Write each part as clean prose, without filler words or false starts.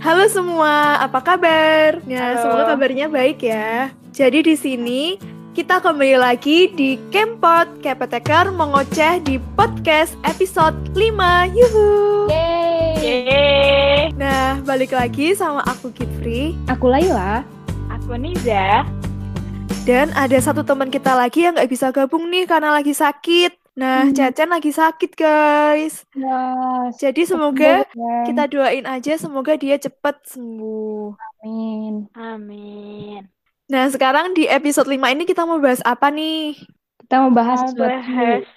Halo semua, apa kabar? Halo. Semoga kabarnya baik ya. Jadi di sini kita kembali lagi di Kempot Kepeteker mengoceh di podcast episode 5. Yuhu. Yeay. Nah, balik lagi sama aku Kitri. Aku Laila. Aku Niza. Dan ada satu teman kita lagi yang nggak bisa gabung nih karena lagi sakit. Nah, Cecen lagi sakit guys. Wah, Jadi semoga kita doain aja semoga dia cepat sembuh. Amin. Amin. Nah, sekarang di episode 5 ini kita mau bahas apa nih? Kita mau bahas Mau bahas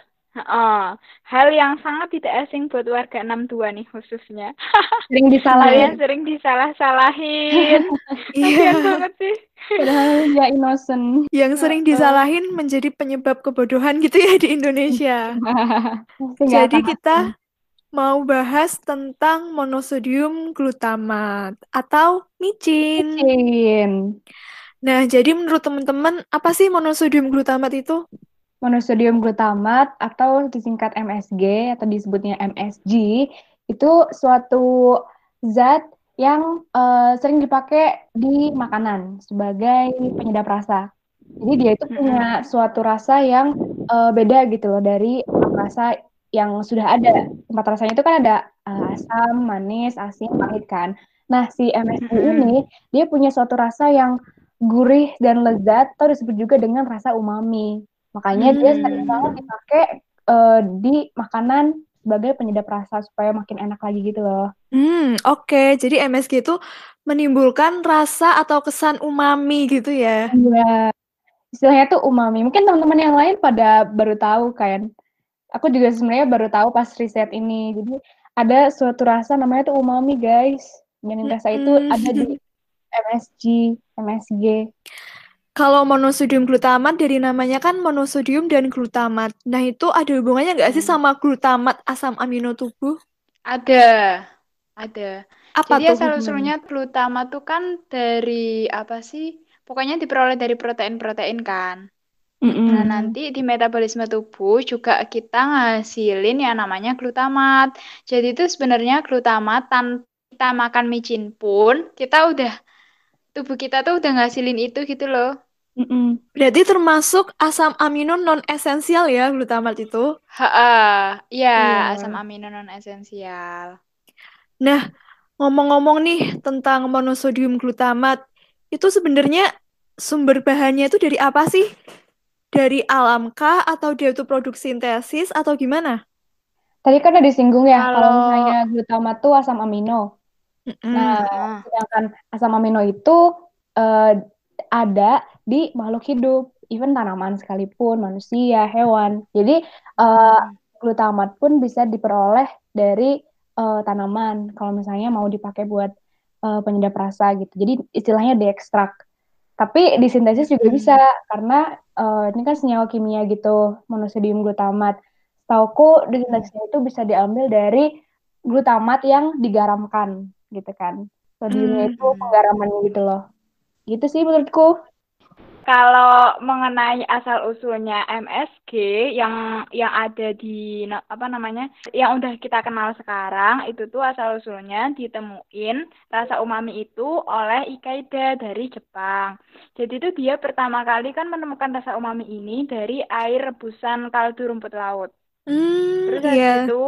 hal yang sangat tidak asing buat warga 62 nih khususnya. Sering disalahin. Kalian sering disalah-salahin. Kasian banget sih. Padahal dia innocent. Yang sering disalahin menjadi penyebab kebodohan gitu ya di Indonesia. Jadi kita mau bahas tentang monosodium glutamat atau micin. Nah, jadi menurut teman-teman apa sih monosodium glutamat itu? Monosodium glutamat atau disingkat MSG atau disebutnya MSG itu suatu zat yang sering dipakai di makanan sebagai penyedap rasa. Jadi dia itu punya suatu rasa yang beda gitu loh dari rasa yang sudah ada. Empat rasanya itu kan ada asam, manis, asin, pahit kan. Nah, si MSG ini dia punya suatu rasa yang gurih dan lezat atau disebut juga dengan rasa umami. Makanya dia sering banget dipakai di makanan sebagai penyedap rasa supaya makin enak lagi gitu loh. Oke. Jadi MSG itu menimbulkan rasa atau kesan umami gitu ya? Iya. Istilahnya tuh umami. Mungkin teman-teman yang lain pada baru tahu kan. Aku juga sebenarnya baru tahu pas riset ini. Jadi ada suatu rasa namanya tuh umami, guys. Dan rasa itu ada di MSG. Kalau monosodium glutamat dari namanya kan monosodium dan glutamat. Nah, itu ada hubungannya nggak sih sama glutamat asam amino tubuh? Ada. Apa Jadi tuh asal-usulnya glutamat tuh kan dari apa sih? Pokoknya diperoleh dari protein-protein kan. Nah, nanti di metabolisme tubuh juga kita ngasilin yang namanya glutamat. Jadi itu sebenarnya glutamat tanpa kita makan micin pun, tubuh kita tuh udah ngasilin itu gitu loh. Berarti termasuk asam amino non esensial ya glutamat itu? Iya, asam amino non esensial. Nah, ngomong-ngomong nih tentang monosodium glutamat, itu sebenarnya sumber bahannya itu dari apa sih? Dari alam kah atau dia itu produk sintesis atau gimana? Tadi kan udah disinggung ya, kalau misalnya glutamat itu asam amino. Nah, sedangkan asam amino itu ada di makhluk hidup, even tanaman sekalipun, manusia, hewan. Jadi glutamat pun bisa diperoleh dari tanaman kalau misalnya mau dipakai buat penyedap rasa gitu. Jadi istilahnya diekstrak. Tapi disintesis juga bisa karena ini kan senyawa kimia gitu, monosodium glutamat. Setauku disintesisnya itu bisa diambil dari glutamat yang digaramkan gitu kan. Sodiumnya itu penggaramannya gitu loh. Gitu sih menurutku. Kalau mengenai asal-usulnya MSG yang ada di apa namanya, yang udah kita kenal sekarang, itu tuh asal-usulnya ditemuin rasa umami itu oleh Ikeda dari Jepang. Jadi tuh dia pertama kali kan menemukan rasa umami ini dari air rebusan kaldu rumput laut. Terus habis itu,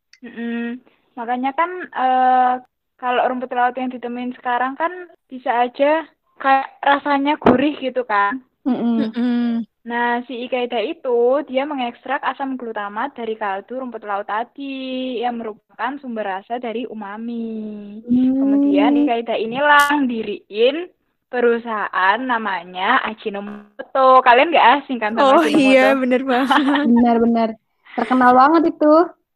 makanya kan kalau rumput laut yang ditemuin sekarang kan bisa aja kayak rasanya gurih gitu kan. Nah, si Ikeda itu dia mengekstrak asam glutamat dari kaldu rumput laut tadi yang merupakan sumber rasa dari umami. Kemudian Ikeda inilah yang diriin perusahaan namanya Ajinomoto. Kalian nggak asing kan sama Ajinomoto? Oh iya, bener banget. Benar-benar terkenal banget itu.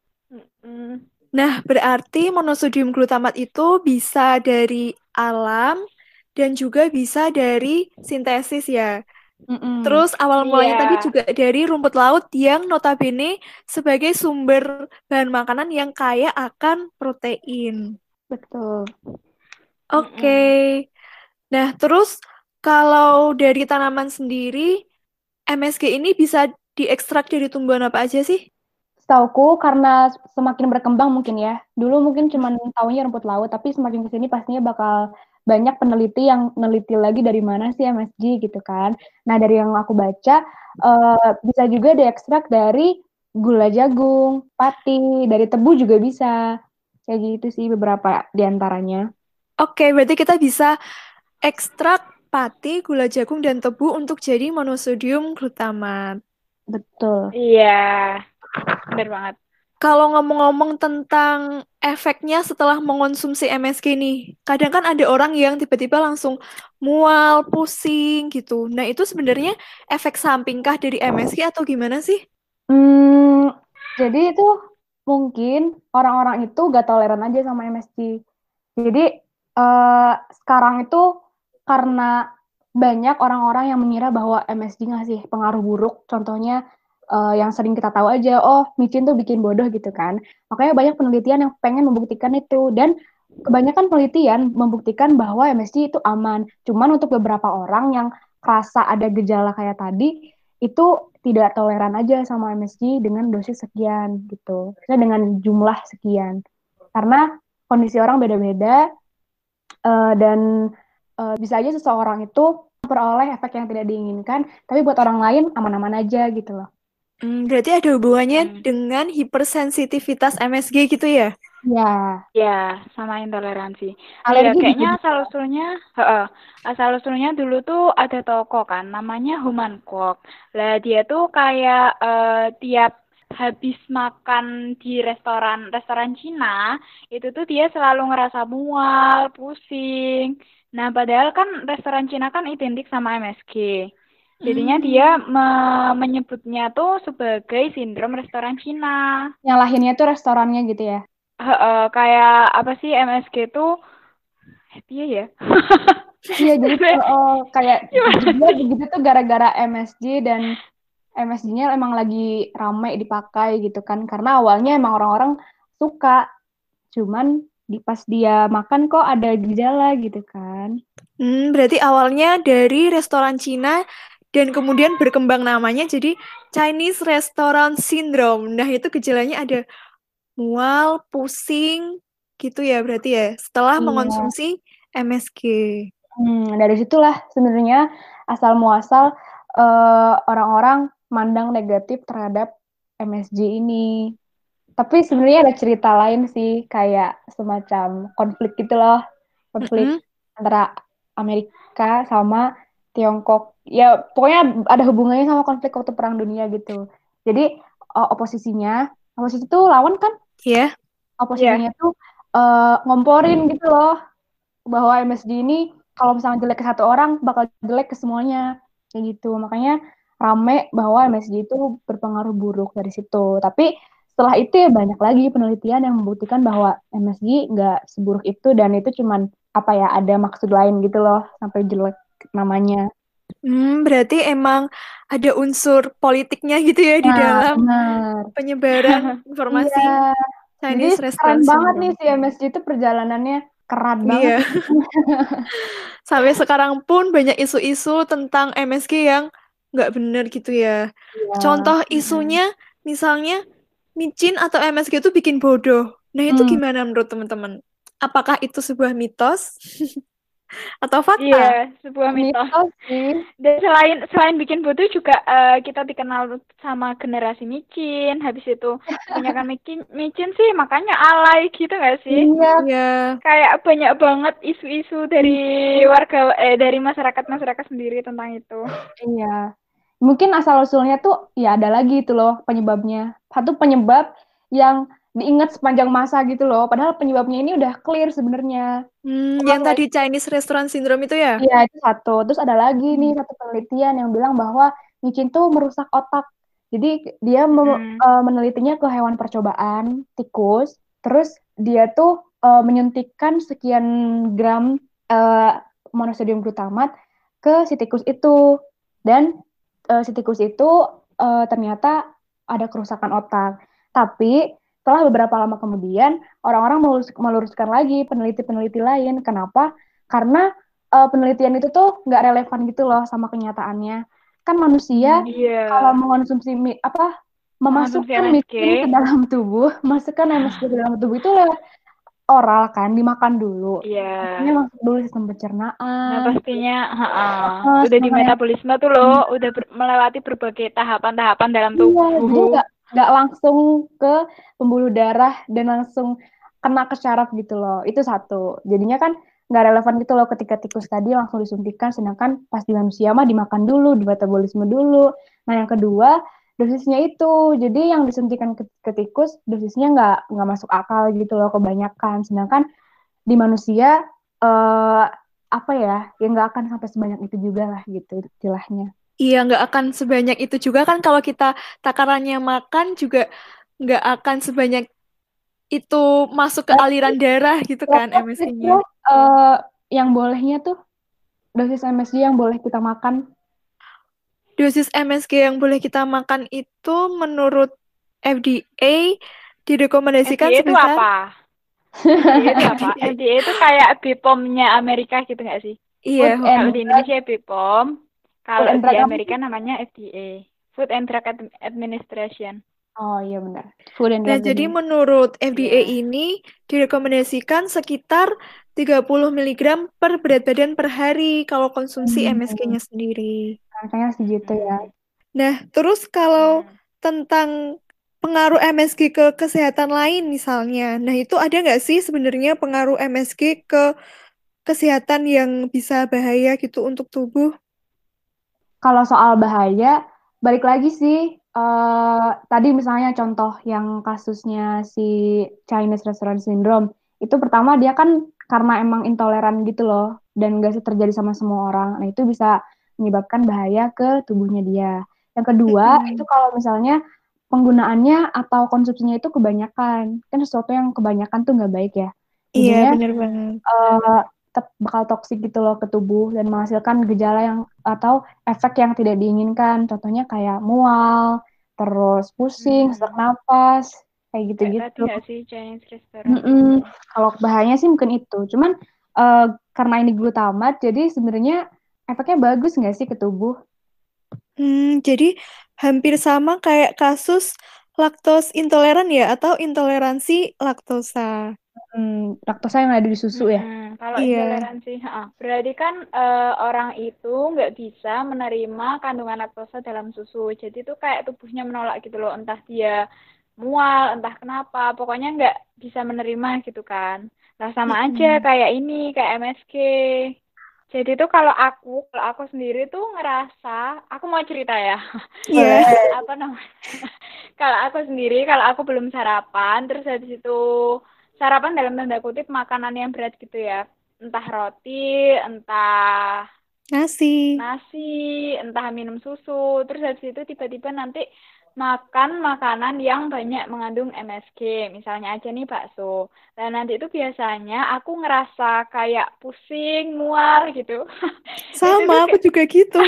Nah, berarti monosodium glutamat itu bisa dari alam dan juga bisa dari sintesis ya. Terus awal mulanya tadi juga dari rumput laut yang notabene sebagai sumber bahan makanan yang kaya akan protein. Betul. Oke. Nah, terus kalau dari tanaman sendiri, MSG ini bisa diekstrak dari tumbuhan apa aja sih? Setauku karena semakin berkembang mungkin ya. Dulu mungkin cuma taunya rumput laut, tapi semakin kesini pastinya bakal banyak peneliti yang neliti lagi dari mana sih MSG gitu kan. Nah dari yang aku baca, bisa juga diekstrak dari gula jagung, pati, dari tebu juga bisa. Kayak gitu sih beberapa diantaranya. Oke, berarti kita bisa ekstrak pati, gula jagung, dan tebu untuk jadi monosodium glutamat. Betul. Iya, benar banget. Kalau ngomong-ngomong tentang efeknya setelah mengonsumsi MSG nih, kadang kan ada orang yang tiba-tiba langsung mual, pusing gitu. Nah, itu sebenarnya efek sampingkah dari MSG atau gimana sih? Jadi itu mungkin orang-orang itu gak toleran aja sama MSG. Jadi sekarang itu karena banyak orang-orang yang mengira bahwa MSG ngasih pengaruh buruk. Contohnya yang sering kita tahu aja, oh micin tuh bikin bodoh gitu kan. Makanya banyak penelitian yang pengen membuktikan itu. Dan kebanyakan penelitian membuktikan bahwa MSG itu aman. Cuman untuk beberapa orang yang rasa ada gejala kayak tadi, itu tidak toleran aja sama MSG dengan dosis sekian gitu. Maksudnya dengan jumlah sekian. Karena kondisi orang beda-beda, dan bisa aja seseorang itu memperoleh efek yang tidak diinginkan, tapi buat orang lain aman-aman aja gitu loh. Berarti ada hubungannya dengan hipersensitivitas MSG gitu ya? Ya. Ya, sama intoleransi. Alergi Kayaknya juga. asal usulnya dulu tuh ada toko kan, namanya Human Cook. Lah dia tuh kayak tiap habis makan di restoran Cina, itu tuh dia selalu ngerasa mual, pusing. Nah, padahal kan restoran Cina kan identik sama MSG. Jadinya dia menyebutnya tuh sebagai sindrom restoran Cina. Nyalahinnya tuh restorannya gitu ya. Kayak apa sih MSG tuh? Iya ya. Iya, jadi kayak dia begitu tuh gara-gara MSG, dan MSG-nya emang lagi ramai dipakai gitu kan. Karena awalnya emang orang-orang suka, cuman pas dia makan kok ada gejala gitu kan. Berarti awalnya dari restoran Cina dan kemudian berkembang namanya jadi Chinese Restaurant Syndrome. Nah, itu gejalanya ada mual, pusing, gitu ya berarti ya, setelah Iya. mengonsumsi MSG. Dari situlah sebenarnya asal muasal orang-orang mandang negatif terhadap MSG ini. Tapi sebenarnya ada cerita lain sih, kayak semacam konflik gitu loh, konflik antara Amerika sama Tiongkok. Ya pokoknya ada hubungannya sama konflik waktu Perang Dunia gitu. Jadi oposisi itu lawan kan? Iya. Oposisinya tuh ngomporin gitu loh, bahwa MSG ini kalau misalnya jelek ke satu orang bakal jelek ke semuanya kayak gitu. Makanya rame bahwa MSG itu berpengaruh buruk dari situ. Tapi setelah itu ya banyak lagi penelitian yang membuktikan bahwa MSG nggak seburuk itu, dan itu cuman apa ya, ada maksud lain gitu loh sampai jelek namanya. Berarti emang ada unsur politiknya gitu ya di dalam Benar. penyebaran informasi Iya. Jadi Chinese keren Restaurant banget nih Syndrome. si MSG itu perjalanannya kerat banget. Iya. Sampai sekarang pun banyak isu-isu tentang MSG yang nggak benar gitu ya. Iya. Contoh isunya misalnya micin atau MSG itu bikin bodoh. Nah, itu gimana menurut teman-teman? Apakah itu sebuah mitos atau fakta? Iya, sebuah mitos. sih. Dan selain bikin bodoh juga kita dikenal sama generasi micin. Habis itu kebanyakan micin sih makanya alay gitu nggak sih? Iya. Kayak banyak banget isu-isu dari dari masyarakat sendiri tentang itu. Iya. Mungkin asal-usulnya tuh ya ada lagi itu loh penyebabnya. Satu penyebab yang diingat sepanjang masa gitu loh. Padahal penyebabnya ini udah clear sebenarnya. Yang tadi Chinese Restaurant Syndrome itu ya? Iya, itu satu. Terus ada lagi nih satu penelitian yang bilang bahwa micin tuh merusak otak. Jadi dia menelitinya ke hewan percobaan, tikus. Terus dia tuh menyuntikkan sekian gram monosodium glutamat ke si tikus itu. Dan si tikus itu ternyata ada kerusakan otak. Tapi setelah beberapa lama kemudian, orang-orang meluruskan lagi peneliti-peneliti lain. Kenapa? Karena penelitian itu tuh nggak relevan gitu loh sama kenyataannya. Kan manusia kalau mengonsumsi memasukkan MSG. MSG ini ke dalam tubuh, masukkan MSG ke dalam tubuh itu lewat oral kan, dimakan dulu. Iya. Pastinya masuk dulu sistem Nah, pencernaan. pastinya udah di Sedangkan yang metabolisme tuh loh, udah melewati berbagai tahapan-tahapan dalam iya, jadi tubuh. nggak langsung ke pembuluh darah dan langsung kena ke syaraf gitu loh. Itu satu. Jadinya kan nggak relevan gitu loh ketika tikus tadi langsung disuntikan, sedangkan pas di manusia mah dimakan dulu, di metabolisme dulu. Nah yang kedua dosisnya itu, jadi yang disuntikan ke tikus dosisnya nggak masuk akal gitu loh kebanyakan. Sedangkan di manusia apa ya, nggak akan sampai sebanyak itu juga lah gitu istilahnya. Iya, nggak akan sebanyak itu juga kan kalau kita takarannya makan juga nggak akan sebanyak itu masuk ke aliran darah gitu kan MSG-nya. Kira-kira yang bolehnya tuh dosis MSG yang boleh kita makan. Dosis MSG yang boleh kita makan itu menurut FDA direkomendasikan FDA itu sebesar apa? FDA itu apa? FDA itu kayak BPOM-nya Amerika gitu nggak sih? Food iya, and Kalau di Indonesia BPOM, kalau and di Drug apa Amerika sih? namanya FDA, Food and Drug Administration. Oh iya benar. Food and Nah, Drug jadi Administration. menurut FDA Iya. ini direkomendasikan sekitar 30 miligram per berat badan per hari kalau konsumsi MSG-nya sendiri. Angkanya segitu ya. Hmm. Nah, terus kalau tentang pengaruh MSG ke kesehatan lain misalnya, nah itu ada nggak sih sebenarnya pengaruh MSG ke kesehatan yang bisa bahaya gitu untuk tubuh? Kalau soal bahaya, balik lagi sih. Tadi misalnya contoh yang kasusnya si Chinese Restaurant Syndrome. Itu pertama dia kan karena emang intoleran gitu loh. Dan gak sih terjadi sama semua orang. Nah itu bisa menyebabkan bahaya ke tubuhnya dia. Yang kedua, itu Mm-mm. kalau misalnya penggunaannya atau konsumsinya itu kebanyakan. Kan sesuatu yang kebanyakan tuh nggak baik ya. Iya, Jadinya bener banget. tetap bakal toksik gitu loh ke tubuh dan menghasilkan gejala yang atau efek yang tidak diinginkan. Contohnya kayak mual, terus pusing, sesak napas, kayak Kayak tadi gitu-gitu. nggak sih Chinese Restaurant Mm-mm. Syndrome? Kalau bahayanya sih mungkin itu. Cuman karena ini glutamat, jadi sebenarnya efeknya bagus nggak sih ke tubuh? Jadi hampir sama kayak kasus laktos intoleran ya atau intoleransi laktosa. Laktosa yang ada di susu ya? Kalau Iya, intoleransi, berarti kan orang itu nggak bisa menerima kandungan laktosa dalam susu. Jadi tuh kayak tubuhnya menolak gitu loh, entah dia mual, entah kenapa, pokoknya nggak bisa menerima gitu kan. Nah sama aja Mm-mm. kayak ini, kayak MSG. Jadi tuh kalau aku sendiri tuh ngerasa, aku mau cerita ya, Iya. apa namanya? Kalau aku sendiri, kalau aku belum sarapan, terus habis itu sarapan dalam tanda kutip makanan yang berat gitu ya, entah roti, entah Nasi. nasi, entah minum susu, terus habis itu tiba-tiba nanti makan makanan yang banyak mengandung MSG, misalnya aja nih bakso. Dan nanti itu biasanya aku ngerasa kayak pusing, mual gitu. Itu Sama, tuh aku juga gitu.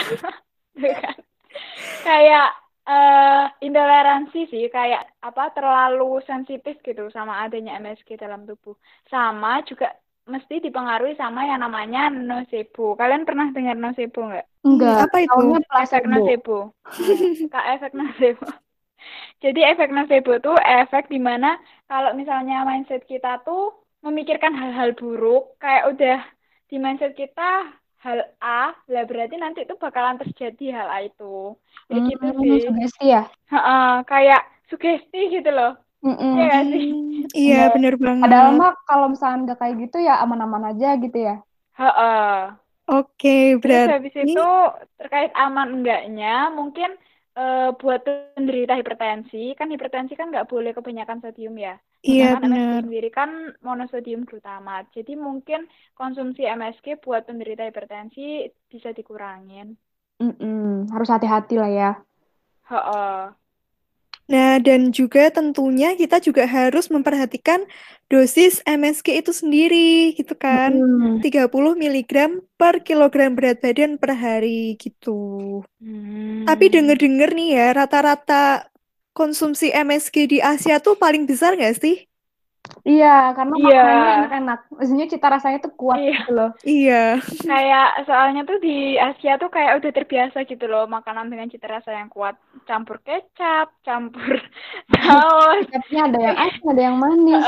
kayak intoleransi sih, kayak apa terlalu sensitif gitu sama adanya MSG dalam tubuh. Sama juga mesti dipengaruhi sama yang namanya nocebo. Kalian pernah dengar nocebo nggak? Enggak, Apa itu? taunya Efek placebo. nocebo. Kak, efek nocebo. Jadi efek nocebo tuh efek dimana kalau misalnya mindset kita tuh memikirkan hal-hal buruk, kayak udah di mindset kita hal A, lah berarti nanti itu bakalan terjadi hal A itu. Kayak gitu sih. Sugesti ya? Kayak sugesti gitu loh. Iya Mm-mm. gak sih? Iya, Iya. bener Padahal banget. mah kalau misalnya nggak kayak gitu ya aman-aman aja gitu ya. Heeh. Oke, Terus habis berarti itu terkait aman enggaknya, mungkin buat penderita hipertensi, kan hipertensi kan nggak boleh kebanyakan sodium ya. iya Sedangkan MSG bener. sendiri kan monosodium glutamat. Jadi mungkin konsumsi MSG buat penderita hipertensi bisa dikurangin. Harus hati-hati lah ya. Heeh. Nah, dan juga tentunya kita juga harus memperhatikan dosis MSG itu sendiri, gitu kan. Mm-mm. 30 miligram per kilogram berat badan per hari, gitu. Tapi Hmm. denger-denger nih ya, rata-rata konsumsi MSG di Asia tuh paling besar nggak sih? Iya, karena makanannya enak-enak. Maksudnya cita rasanya tuh kuat gitu loh. Iya. Kayak soalnya tuh di Asia tuh kayak udah terbiasa gitu loh makanan dengan cita rasa yang kuat. Campur kecap, campur saus. Kecapnya ada yang asin, ada yang manis.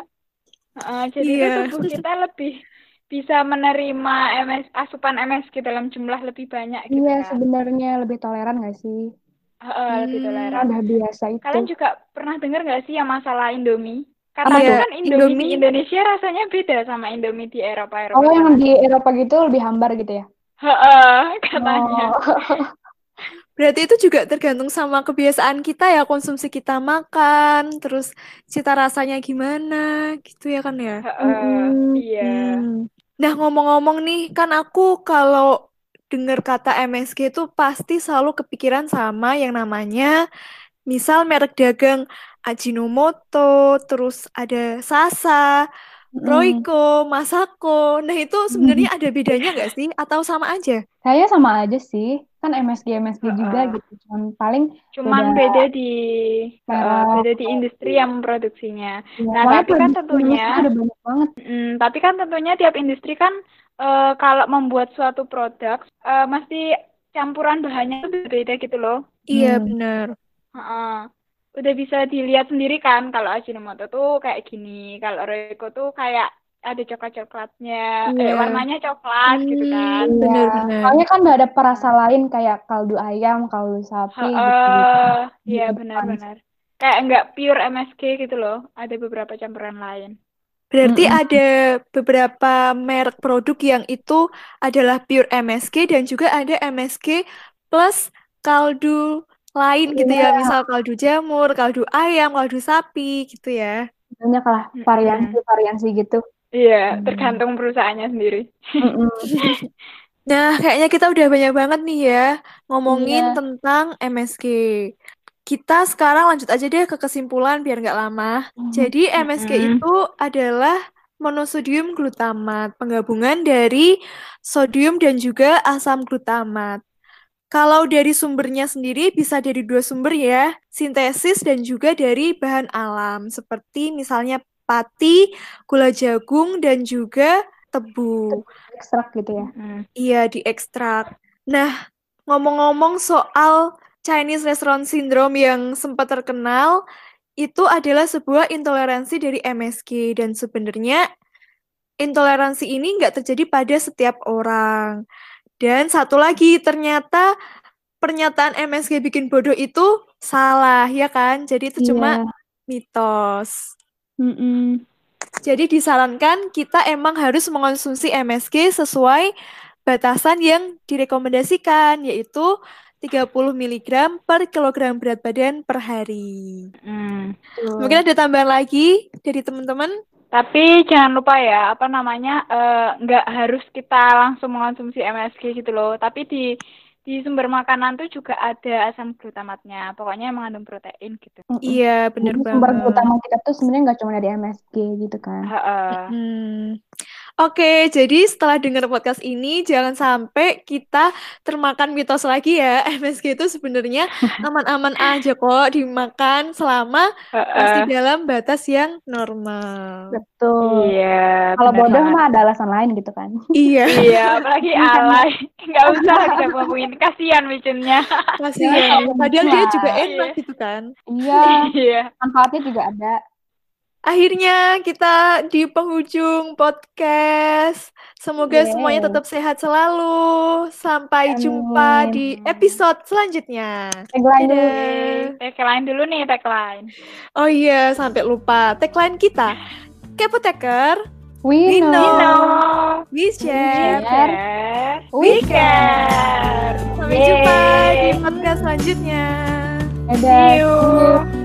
Jadi itu tubuh kita lebih bisa menerima asupan MSG dalam jumlah lebih banyak gitu Iya, kan. sebenarnya lebih toleran nggak sih? Lebih toleran. Udah biasa itu. Kalian juga pernah dengar nggak sih yang masalah Indomie? Katanya kan Indomie di Indonesia rasanya beda sama Indomie di Eropa. Oh, yang di Eropa gitu lebih hambar gitu ya? Katanya. Berarti itu juga tergantung sama kebiasaan kita ya, konsumsi kita makan, terus cita rasanya gimana, gitu ya kan ya? Iya. Nah, ngomong-ngomong nih, kan aku kalau dengar kata MSG itu pasti selalu kepikiran sama yang namanya, misal merek dagang Ajinomoto, terus ada Sasa, Royco, Masako. Nah, itu sebenarnya ada bedanya nggak sih? Atau sama aja? Kayaknya sama aja sih. Kan MSG juga gitu. Cuman beda di industri yang memproduksinya. Nah, tapi kan tentunya ada banyak banget. Tapi kan tentunya tiap industri kan kalau membuat suatu produk mesti campuran bahannya itu beda gitu loh. Iya, benar. Udah bisa dilihat sendiri kan kalau Ajinomoto tuh kayak gini, kalau Royco tuh kayak ada coklat-coklatnya, warnanya coklat gitu kan. Benar-benar. Soalnya kan udah ada perasa lain kayak kaldu ayam, kaldu sapi gitu. Iya benar-benar. Kayak nggak pure MSG gitu loh, ada beberapa campuran lain. Berarti ada beberapa merek produk yang itu adalah pure MSG dan juga ada MSG plus kaldu lain gitu ya, misal kaldu jamur, kaldu ayam, kaldu sapi gitu ya. Banyak lah variasi gitu. Iya, tergantung perusahaannya sendiri. Nah, kayaknya kita udah banyak banget nih ya ngomongin tentang MSG. Kita sekarang lanjut aja deh ke kesimpulan biar nggak lama. Jadi MSG itu adalah monosodium glutamat, penggabungan dari sodium dan juga asam glutamat. Kalau dari sumbernya sendiri bisa dari dua sumber ya, sintesis dan juga dari bahan alam, seperti misalnya pati, gula jagung, dan juga tebu. Ekstrak gitu ya? Iya, diekstrak. Nah, ngomong-ngomong soal Chinese Restaurant Syndrome yang sempat terkenal, itu adalah sebuah intoleransi dari MSG, dan sebenarnya intoleransi ini nggak terjadi pada setiap orang. Dan satu lagi, ternyata pernyataan MSG bikin bodoh itu salah, ya kan? Jadi itu cuma mitos. Jadi disarankan kita emang harus mengonsumsi MSG sesuai batasan yang direkomendasikan, yaitu 30 mg per kilogram berat badan per hari. Mungkin ada tambahan lagi dari teman-teman? Tapi jangan lupa ya, nggak harus kita langsung mengonsumsi MSG gitu loh. Tapi di sumber makanan tuh juga ada asam glutamatnya. Pokoknya mengandung protein gitu. Iya, benar banget. Sumber glutamat kita tuh sebenarnya nggak cuma dari MSG gitu kan. Oke, jadi setelah dengar podcast ini, jangan sampai kita termakan mitos lagi ya. MSG itu sebenarnya aman-aman aja kok dimakan selama masih dalam batas yang normal. Betul. Iya. Kalau bodoh mah ada alasan lain gitu kan. Iya. Iya, apalagi alay. Nggak usah kita ngomongin. Kasihan micinnya. Kasihan. Padahal dia juga enak gitu kan. Iya. Manfaatnya juga ada. Akhirnya kita di penghujung podcast. Semoga semuanya tetap sehat selalu. Sampai jumpa di episode selanjutnya. Tagline dulu nih, tagline. Oh iya, sampai lupa. Tagline kita. Kepoteker, we know. We share. We care. Sampai jumpa di podcast selanjutnya. Dadah. See you.